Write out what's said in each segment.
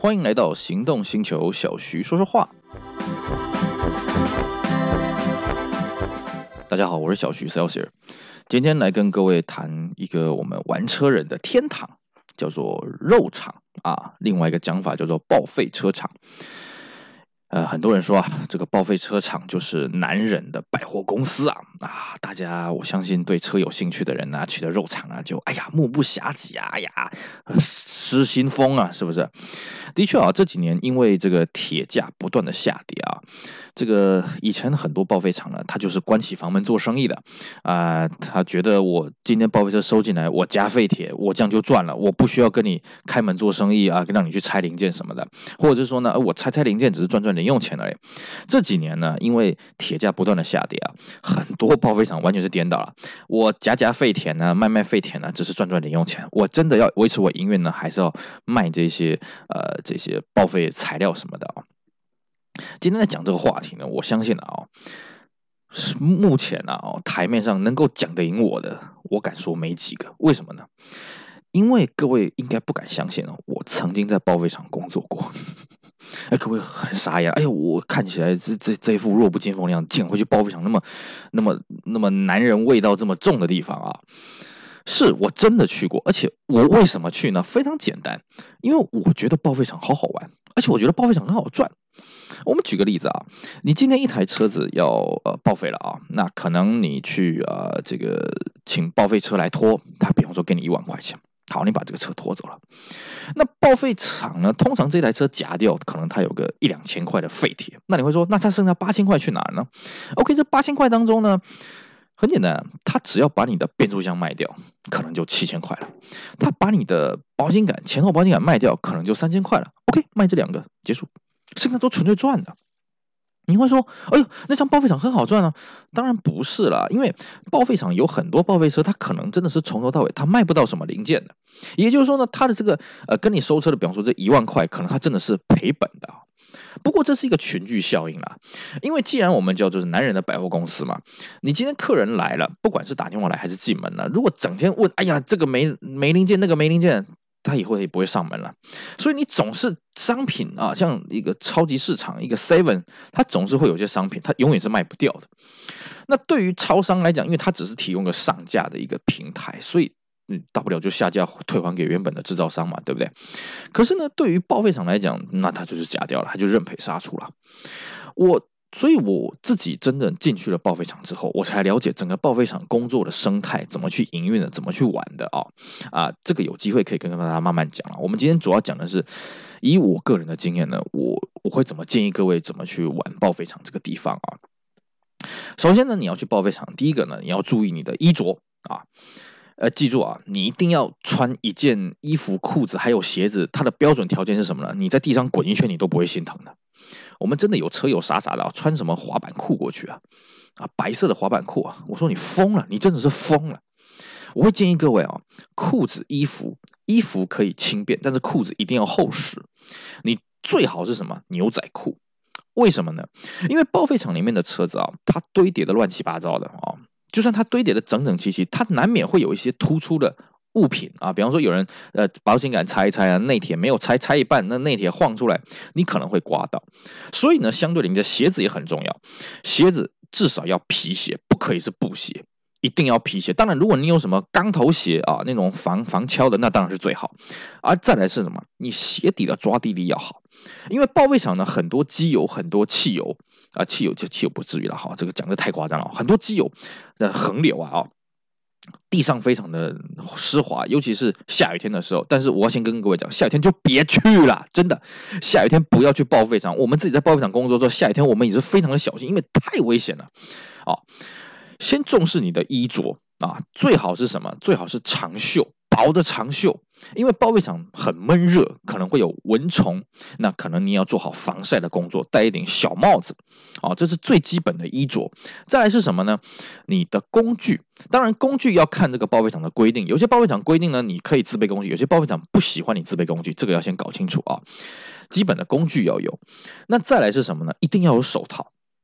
欢迎来到行动星球，小徐说说话。大家好，我是小徐 Celsius， 今天来跟各位谈一个我们玩车人的天堂，叫做肉场啊，另外一个讲法叫做报废车场。很多人说啊，这个报废车场就是男人的百货公司啊！大家我相信对车有兴趣的人啊，去的肉场啊，就目不暇接啊，失心疯啊，是不是？的确啊，这几年因为这个铁价不断的下跌啊，这个以前很多报废厂呢，他就是关起房门做生意的他觉得我今天报废车收进来，我加废铁，我这样就赚了，我不需要跟你开门做生意啊，让你去拆零件什么的，或者是说呢，我拆零件只是赚零用钱而已。这几年呢，因为铁价不断的下跌啊，很多报废厂完全是颠倒了。我加废铁呢，卖废铁呢，只是赚零用钱。我真的要维持我营运呢，还是要卖这些报废材料什么的啊。今天在讲这个话题呢，我相信目前台面上能够讲得赢我的，我敢说没几个。为什么呢？因为各位应该不敢相信我曾经在报废厂工作过。各位很傻眼，我看起来这副弱不禁风的样子，竟然会去报废厂那么男人味道这么重的地方啊！是我真的去过，而且我为什么去呢？非常简单，因为我觉得报废厂好好玩，而且我觉得报废厂很好赚。我们举个例子啊，你今天一台车子要报废了啊，那可能你去请报废车来拖，他比方说给你1万块钱。好，你把这个车拖走了。那报废厂呢，通常这台车夹掉，可能它有个1-2千块的废铁。那你会说，那它剩下8000块去哪呢 ？OK， 这8000块当中呢，很简单，他只要把你的变速箱卖掉，可能就7000块了。他把你的保险杆、前后保险杆卖掉，可能就3000块了。OK， 卖这2个结束，剩下都纯粹赚的。你会说，那像报废厂很好赚啊？当然不是啦，因为报废厂有很多报废车，它可能真的是从头到尾它卖不到什么零件的。也就是说呢，它的这个跟你收车的，比方说这1万块，可能它真的是赔本的。不过这是一个群聚效应啦，因为既然我们叫做男人的百货公司嘛，你今天客人来了，不管是打电话来还是进门了，如果整天问，这个没零件，那个没零件，他以后也不会上门了。所以你总是商品啊，像一个超级市场，一个 Seven， 它总是会有些商品，它永远是卖不掉的。那对于超商来讲，因为它只是提供个上架的一个平台，所以大不了就下架退还给原本的制造商嘛，对不对？可是呢，对于报废厂来讲，那它就是假掉了，它就认赔杀出了。所以我自己真正进去了报废厂之后，我才了解整个报废厂工作的生态，怎么去营运的，怎么去玩的这个有机会可以跟大家慢慢讲了。我们今天主要讲的是，以我个人的经验呢，我会怎么建议各位怎么去玩报废厂这个地方啊。首先呢，你要去报废厂，第一个呢，你要注意你的衣着记住你一定要穿一件衣服、裤子还有鞋子，它的标准条件是什么呢？你在地上滚一圈，你都不会心疼的。我们真的有车友傻的穿什么滑板裤过去白色的滑板裤我说你疯了，你真的是疯了。我会建议各位裤子、衣服可以轻便，但是裤子一定要厚实。你最好是什么？牛仔裤。为什么呢？因为报废厂里面的车子它堆叠的乱七八糟的就算它堆叠的整整齐齐，它难免会有一些突出的物品比方说有人保险杆拆一拆内铁没有拆一半，那内铁晃出来，你可能会刮到。所以呢，相对的你的鞋子也很重要，鞋子至少要皮鞋，不可以是布鞋，一定要皮鞋。当然如果你有什么钢头鞋那种防敲的，那当然是最好。而再来是什么？你鞋底的抓地力要好，因为报废厂呢很多机油很多汽油汽油不至于了这个讲的太夸张了，很多机油的横流地上非常的湿滑，尤其是下雨天的时候。但是我要先跟各位讲，下雨天就别去了，真的，下雨天不要去报废厂。我们自己在报废厂工作之后，下雨天我们也是非常的小心，因为太危险了先重视你的衣着最好是什么？最好是长袖，薄的长袖，因为报废厂很闷热，可能会有蚊虫，那可能你要做好防晒的工作，戴一顶小帽子这是最基本的衣着。再来是什么呢？你的工具，当然工具要看这个报废厂的规定，有些报废厂规定呢你可以自备工具，有些报废厂不喜欢你自备工具，这个要先搞清楚基本的工具要有。那再来是什么呢？一定要有手套。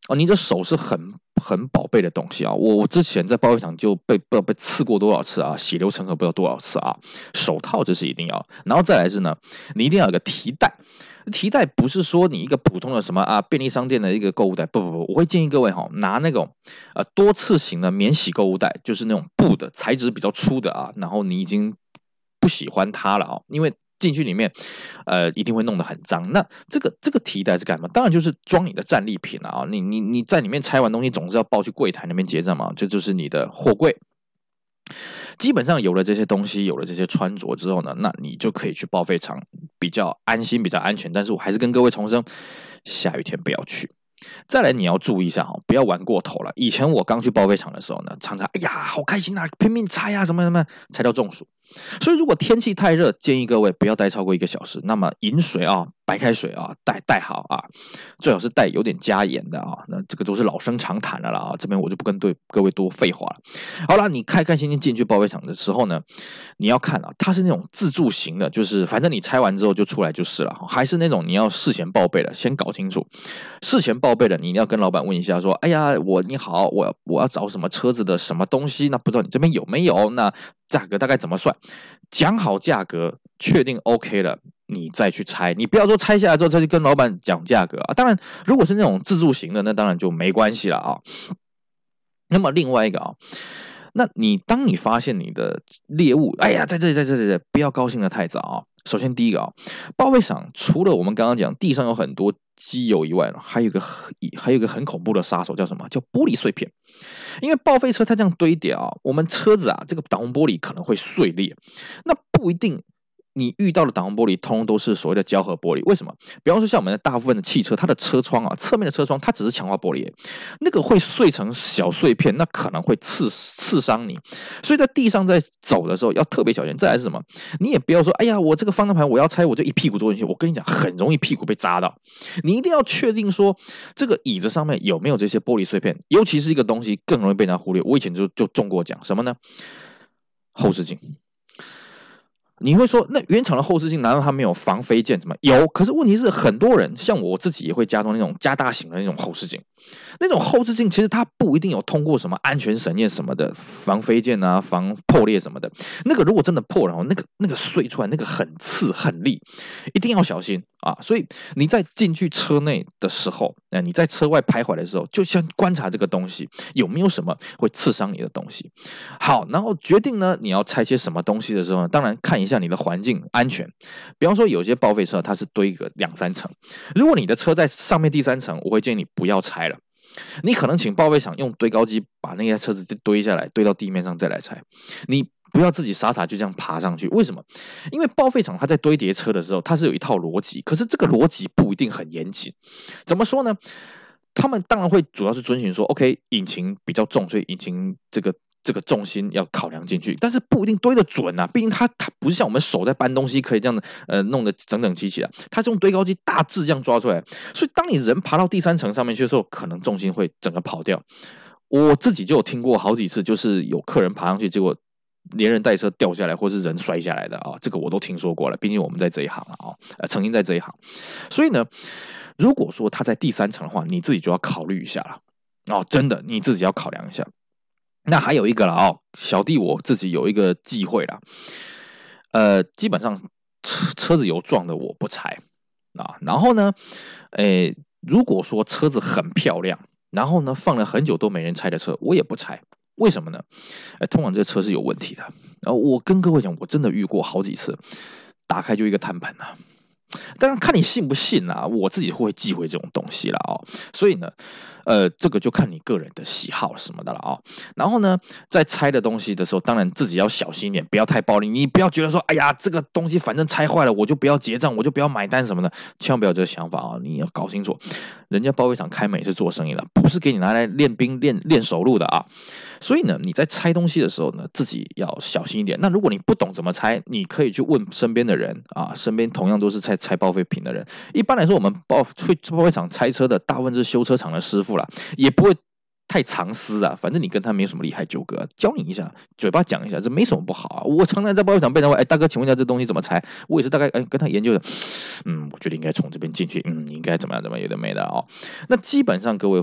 哦，你的手是很宝贝的东西啊！我之前在报废厂就不知道被刺过多少次啊，血流成河不知道多少次啊。手套这是一定要，然后再来是呢，你一定要有个提袋。提袋不是说你一个普通的什么啊便利商店的一个购物袋，不，我会建议各位拿那种多次型的免洗购物袋，就是那种布的材质比较粗的啊，然后你已经不喜欢它了啊，因为进去里面，一定会弄得很脏。那这个提袋是干嘛？当然就是装你的战利品啊！你在里面拆完东西，总是要抱去柜台那边结账嘛，这就是你的货柜。基本上有了这些东西，有了这些穿着之后呢，那你就可以去报废厂，比较安心，比较安全。但是我还是跟各位重申，下雨天不要去。再来你要注意一下哈，不要玩过头了。以前我刚去报废厂的时候呢，常常哎呀好开心啊，拼命拆啊什么什么，拆到中暑。所以如果天气太热，建议各位不要待超过1个小时。那么饮水啊，白开水啊，带好啊，最好是带有点加盐的啊。那这个都是老生常谈了啦啊，这边我就不跟各位多废话了。好了，你开开心心进去报废厂的时候呢，你要看啊，它是那种自助型的，就是反正你拆完之后就出来就是了，还是那种你要事前报备的，先搞清楚。事前报备的，你一定要跟老板问一下，说，哎呀，你好，我要找什么车子的什么东西，那不知道你这边有没有？那价格大概怎么算？讲好价格，确定 OK 了，你再去拆。你不要说拆下来之后再去跟老板讲价格啊。当然，如果是那种自助型的，那当然就没关系了啊。那么另外一个啊，那当你发现你的猎物，哎呀，在这里，不要高兴的太早啊。首先第一个啊，报废厂除了我们刚刚讲地上有很多机油以外，还有一个很恐怖的杀手，叫什么？叫玻璃碎片。因为报废车它这样堆叠啊，我们车子啊这个挡风玻璃可能会碎裂，那不一定。你遇到的挡风玻璃通通都是所谓的胶合玻璃，为什么？比方说像我们的大部分的汽车，它的车窗啊，侧面的车窗它只是强化玻璃，那个会碎成小碎片，那可能会刺伤你。所以在地上在走的时候要特别小心。再来是什么？你也不要说，哎呀，我这个方向盘我要拆，我就一屁股坐进去。我跟你讲，很容易屁股被扎到。你一定要确定说，这个椅子上面有没有这些玻璃碎片，尤其是一个东西更容易被人家忽略。我以前就中过奖，什么呢？后视镜。你会说，那原厂的后视镜难道它没有防飞溅？什么有？可是问题是，很多人像我自己也会加装那种加大型的那种后视镜。那种后视镜其实它不一定有通过什么安全审验什么的，防飞溅啊、防破裂什么的。那个如果真的破了，那个碎出来，那个很刺很利，一定要小心啊！所以你在进去车内的时候，你在车外徘徊的时候，就先观察这个东西有没有什么会刺伤你的东西。好，然后决定呢，你要拆些什么东西的时候呢，当然看一下你的环境安全。比方说，有些报废车它是堆个2、3层，如果你的车在上面第3层，我会建议你不要拆了。你可能请报废厂用堆高机把那些车子堆下来，堆到地面上再来拆。你不要自己傻傻就这样爬上去，为什么？因为报废厂它在堆叠车的时候，它是有一套逻辑，可是这个逻辑不一定很严谨。怎么说呢？他们当然会主要是遵循说 ，OK， 引擎比较重，所以引擎这个重心要考量进去，但是不一定堆得准啊。毕竟它不是像我们手在搬东西可以这样的弄得整整齐齐的，它是用堆高机大致这样抓出来。所以当你人爬到第3层上面去的时候，可能重心会整个跑掉。我自己就有听过好几次，就是有客人爬上去，结果连人带车掉下来，或是人摔下来的啊，这个我都听说过了。毕竟我们在这一行啊，曾经在这一行，所以呢，如果说他在第3层的话，你自己就要考虑一下了哦，真的你自己要考量一下。那还有一个了哦，小弟我自己有一个忌讳啦，基本上车子有撞的我不拆啊，然后呢，如果说车子很漂亮，然后呢放了很久都没人拆的车，我也不拆。为什么呢？通常这车是有问题的。然后我跟各位讲，我真的遇过好几次，打开就一个碳盆啊。当然看你信不信啊，我自己会忌讳这种东西了哦。所以呢，这个就看你个人的喜好什么的了哦。然后呢，在拆的东西的时候，当然自己要小心一点，不要太暴力。你不要觉得说，哎呀，这个东西反正拆坏了，我就不要结账，我就不要买单什么的，千万不要有这个想法啊！你要搞清楚，人家报废厂开门也是做生意的，不是给你拿来练兵练手路的啊。所以呢，你在拆东西的时候呢，自己要小心一点。那如果你不懂怎么拆，你可以去问身边的人啊，身边同样都是拆报废品的人。一般来说，我们报废厂拆车的大部分是修车厂的师傅啦，也不会太藏私啊。反正你跟他没有什么利害纠葛，教你一下，嘴巴讲一下，这没什么不好啊。我常常在报废厂被人问，大哥，请问一下这东西怎么拆？我也是大概跟他研究的，我觉得应该从这边进去，你应该怎么样，有的没的哦。那基本上各位会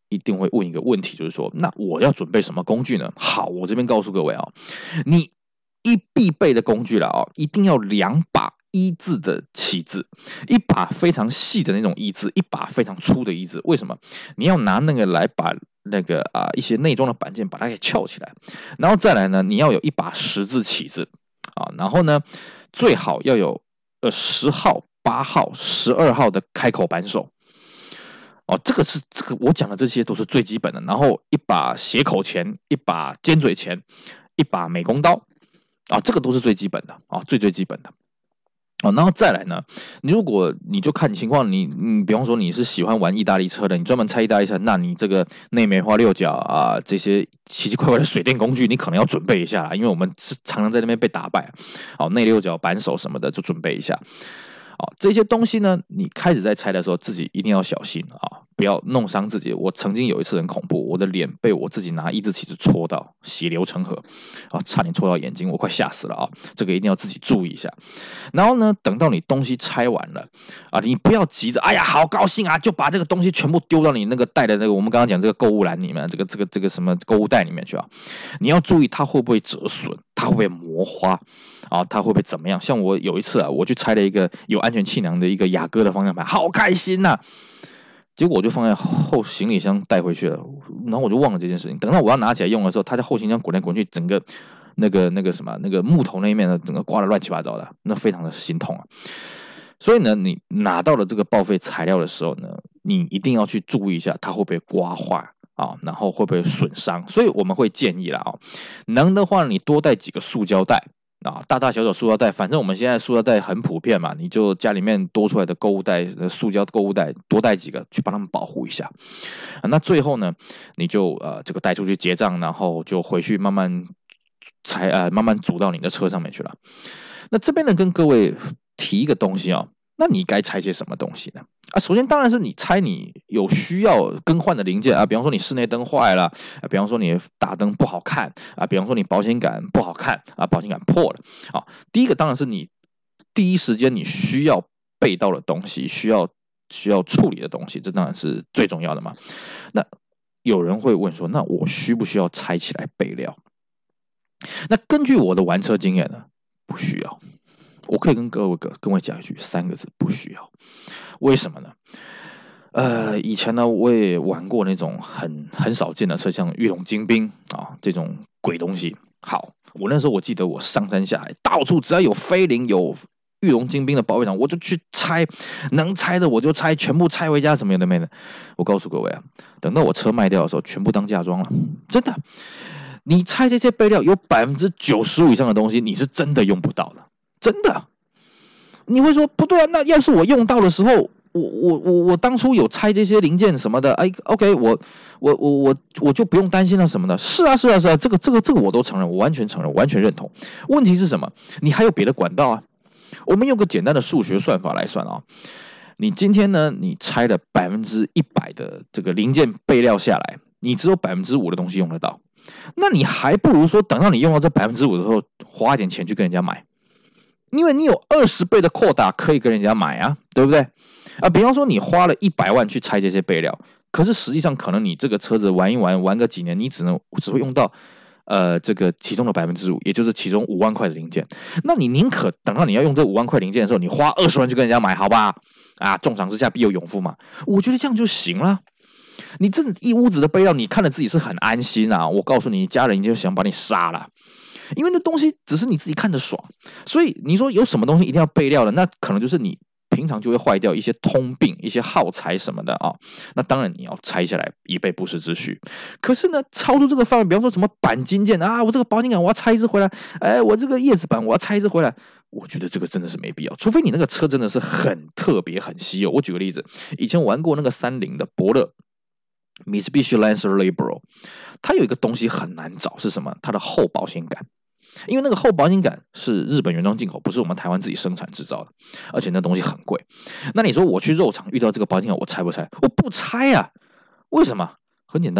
一定会问一个问题，就是说，那我要准备什么工具呢？好，我这边告诉各位啊，你必备的工具了啊，一定要2把一字的起子，一把非常细的那种一字，一把非常粗的一字。为什么？你要拿那个来把那个一些内装的板件把它给翘起来，然后再来呢，你要有一把10字起子啊，然后呢，最好要有10号、8号、12号的开口扳手。哦，这个我讲的这些都是最基本的，然后一把斜口钳，一把尖嘴钳，一把美工刀，啊，这个都是最基本的啊，最基本的。哦，然后再来呢，如果你就看情况，你比方说你是喜欢玩意大利车的，你专门拆意大利车，那你这个内梅花六角啊，这些奇奇怪怪的水电工具，你可能要准备一下啦，因为我们是常常在那边被打败。好，内六角扳手什么的就准备一下。好，这些东西呢，你开始在拆的时候，自己一定要小心啊，不要弄伤自己。我曾经有一次很恐怖，我的脸被我自己拿一字起子戳到，血流成河，啊，差点戳到眼睛，我快吓死了啊！这个一定要自己注意一下。然后呢，等到你东西拆完了啊，你不要急着，哎呀，好高兴啊，就把这个东西全部丢到你那个带的那个我们刚刚讲这个购物篮里面，这个什么购物袋里面去啊。你要注意它会不会折损，它会不会磨花。啊，它会不会怎么样？像我有一次啊，我去拆了一个有安全气囊的一个雅阁的方向盘，好开心呐！结果我就放在后行李箱带回去了，然后我就忘了这件事情。等到我要拿起来用的时候，它在后行李箱滚来滚去，整个那个木头那一面呢，整个刮得乱七八糟的，那非常的心痛啊。所以呢，你拿到了这个报废材料的时候呢，你一定要去注意一下它会不会刮坏啊，然后会不会损伤。所以我们会建议啦啊，能的话你多带几个塑胶袋。啊，大大小小塑料袋，反正我们现在塑料袋很普遍嘛，你就家里面多出来的购物袋、塑胶购物袋多带几个，去帮他们保护一下。那最后呢，你就这个带出去结账，然后就回去慢慢慢慢组到你的车上面去了。那这边呢，跟各位提一个东西啊，那你该拆些什么东西呢？啊，首先当然是你拆你有需要更换的零件啊，比方说你室内灯坏了，比方说你打灯不好看啊，比方说你保险杆不好看啊，保险杆破了啊。第一个当然是你第一时间你需要备到的东西，需要处理的东西，这当然是最重要的嘛。那有人会问说，那我需不需要拆起来备料？那根据我的玩车经验呢，不需要。我可以跟各位讲一句3个字，不需要。为什么呢？以前呢，我也玩过那种很少见的车，像玉龙精兵啊这种鬼东西。好，我那时候我记得我上山下海，到处只要有飞凌有玉龙精兵的保卫场，我就去拆，能拆的我就拆，全部拆回家，什么有的没的。我告诉各位啊，等到我车卖掉的时候，全部当嫁妆了，真的。你拆这些备料，有95%以上的东西，你是真的用不到的。真的，你会说不对啊？那要是我用到的时候，我当初有拆这些零件什么的，哎 ，OK， 我就不用担心了什么的。是啊，这个我都承认，我完全承认，我完全认同。问题是什么？你还有别的管道啊？我们用个简单的数学算法来算啊。你今天呢，你拆了100%的这个零件备料下来，你只有5%的东西用得到。那你还不如说，等到你用到这5%的时候，花一点钱去跟人家买。因为你有20倍的扩大可以跟人家买啊，对不对？啊，比方说你花了100万去拆这些备料，可是实际上可能你这个车子玩一玩，玩个几年，你只会用到这个其中的5%，也就是其中5万块的零件。那你宁可等到你要用这5万块零件的时候，你花20万去跟人家买，好吧？啊，重赏之下必有勇夫嘛。我觉得这样就行了。你这一屋子的备料，你看了自己是很安心啊。我告诉你，家人已经想把你杀了。因为那东西只是你自己看着爽，所以你说有什么东西一定要备料的，那可能就是你平常就会坏掉一些通病、一些耗材什么的啊。那当然你要拆下来以备不时之需。可是呢，超出这个范围，比方说什么钣金件啊，我这个保险杆我要拆一只回来，哎，我这个叶子板我要拆一只回来，我觉得这个真的是没必要，除非你那个车真的是很特别、很稀有。我举个例子，以前我玩过那个30的伯乐。Mitsubishi Lancer Libero， 它有一个东西很难找，是什么？它的后保险杆，因为那个后保险杆是日本原装进口，不是我们台湾自己生产制造的，而且那东西很贵。那你说我去肉厂遇到这个保险杆，我拆不拆？我不拆啊！为什么？很简单嘛，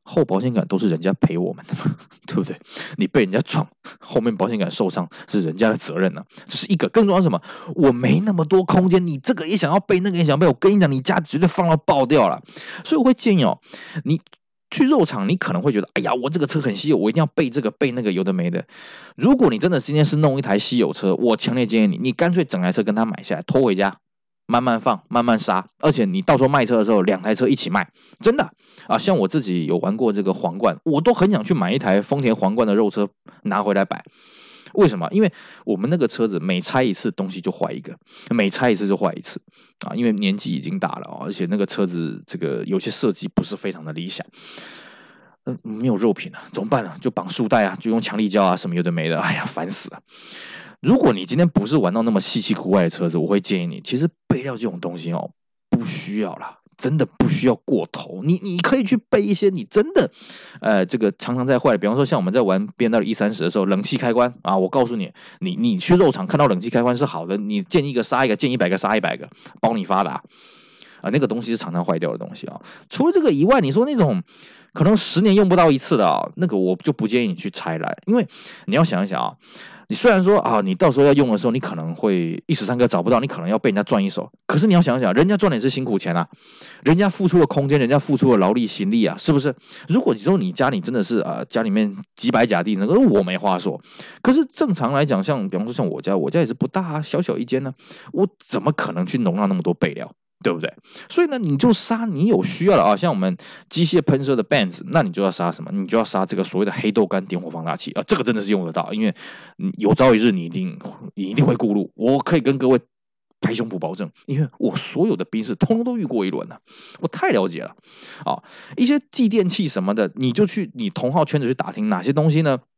后保险杆都是人家赔我们的嘛，对不对？你被人家撞，后面保险杆受伤是人家的责任呢、这是一个。更重要是什么？我没那么多空间，你这个也想要备，那个也想要备，我跟你讲，你家绝对放到爆掉了。所以我会建议你去肉场，你可能会觉得，哎呀，我这个车很稀有，我一定要备这个备那个，有的没的。如果你真的今天是弄一台稀有车，我强烈建议你干脆整台车跟他买下来，拖回家。慢慢放，慢慢杀，而且你到时候卖车的时候，2台车一起卖，真的啊！像我自己有玩过这个皇冠，我都很想去买一台丰田皇冠的肉车拿回来摆。为什么？因为我们那个车子每拆一次东西就坏一个，每拆一次就坏一次啊！因为年纪已经大了，而且那个车子这个有些设计不是非常的理想。没有肉品啊，怎么办呢？就绑束带啊，就用强力胶啊，什么有的没的，哎呀，烦死了。如果你今天不是玩到那么稀奇古怪的车子，我会建议你，其实备料这种东西不需要啦，真的不需要过头。你可以去备一些你真的，这个常常在坏的，比方说像我们在玩 BMW E30的时候，冷气开关啊，我告诉你，你去肉场看到冷气开关是好的，你见一个杀一个，见100个杀100个，包你发达。那个东西是常常坏掉的东西啊。除了这个以外，你说那种可能10年用不到一次的那个我就不建议你去拆来，因为你要想一想你虽然说你到时候要用的时候，你可能会一时三刻找不到，你可能要被人家赚一手。可是你要想想，人家赚的也是辛苦钱啊，人家付出了空间，人家付出了劳力心力啊，是不是？如果你说你家里真的是家里面几百甲地，那个我没话说。可是正常来讲，比方说像我家也是不大小小一间呢，我怎么可能去容纳那么多备料？对不对？所以呢，你就杀你有需要的像我们机械喷射的 Benz， 那你就要杀什么？你就要杀这个所谓的黑豆苷点火放大器这个真的是用得到，因为有朝一日你一定会顾路。我可以跟各位拍胸脯保证，因为我所有的宾士通通都遇过一轮了，我太了解了一些继电器什么的，你就去你同号圈子去打听哪些东西呢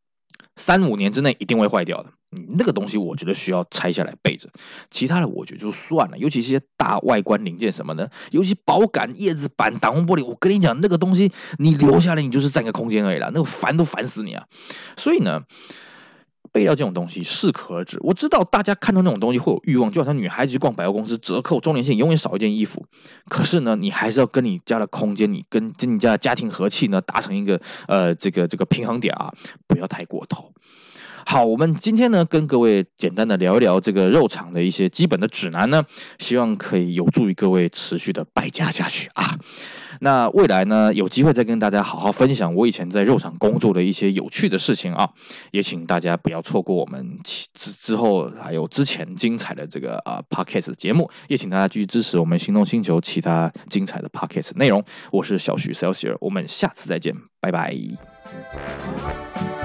？3-5年之内一定会坏掉的，那个东西我觉得需要拆下来备着，其他的我觉得就算了。尤其是些大外观零件什么的，尤其保杆、叶子板、挡风玻璃，我跟你讲，那个东西你留下来，你就是占个空间而已啦，那个烦都烦死你啊！所以呢，备料这种东西适可而止。我知道大家看到那种东西会有欲望，就好像女孩子去逛百货公司，折扣周年庆永远少一件衣服。可是呢，你还是要跟你家的空间，你跟你家的家庭和气呢达成一个这个平衡点不要太过头。好，我们今天呢跟各位简单的聊一聊这个肉场的一些基本的指南呢，希望可以有助于各位持续的败家下去那未来呢有机会再跟大家好好分享我以前在肉场工作的一些有趣的事情也请大家不要错过我们之后还有之前精彩的这个Podcast 的节目，也请大家继续支持我们行动星球其他精彩的 Podcast 内容。我是小许 Celsius， 我们下次再见，拜拜。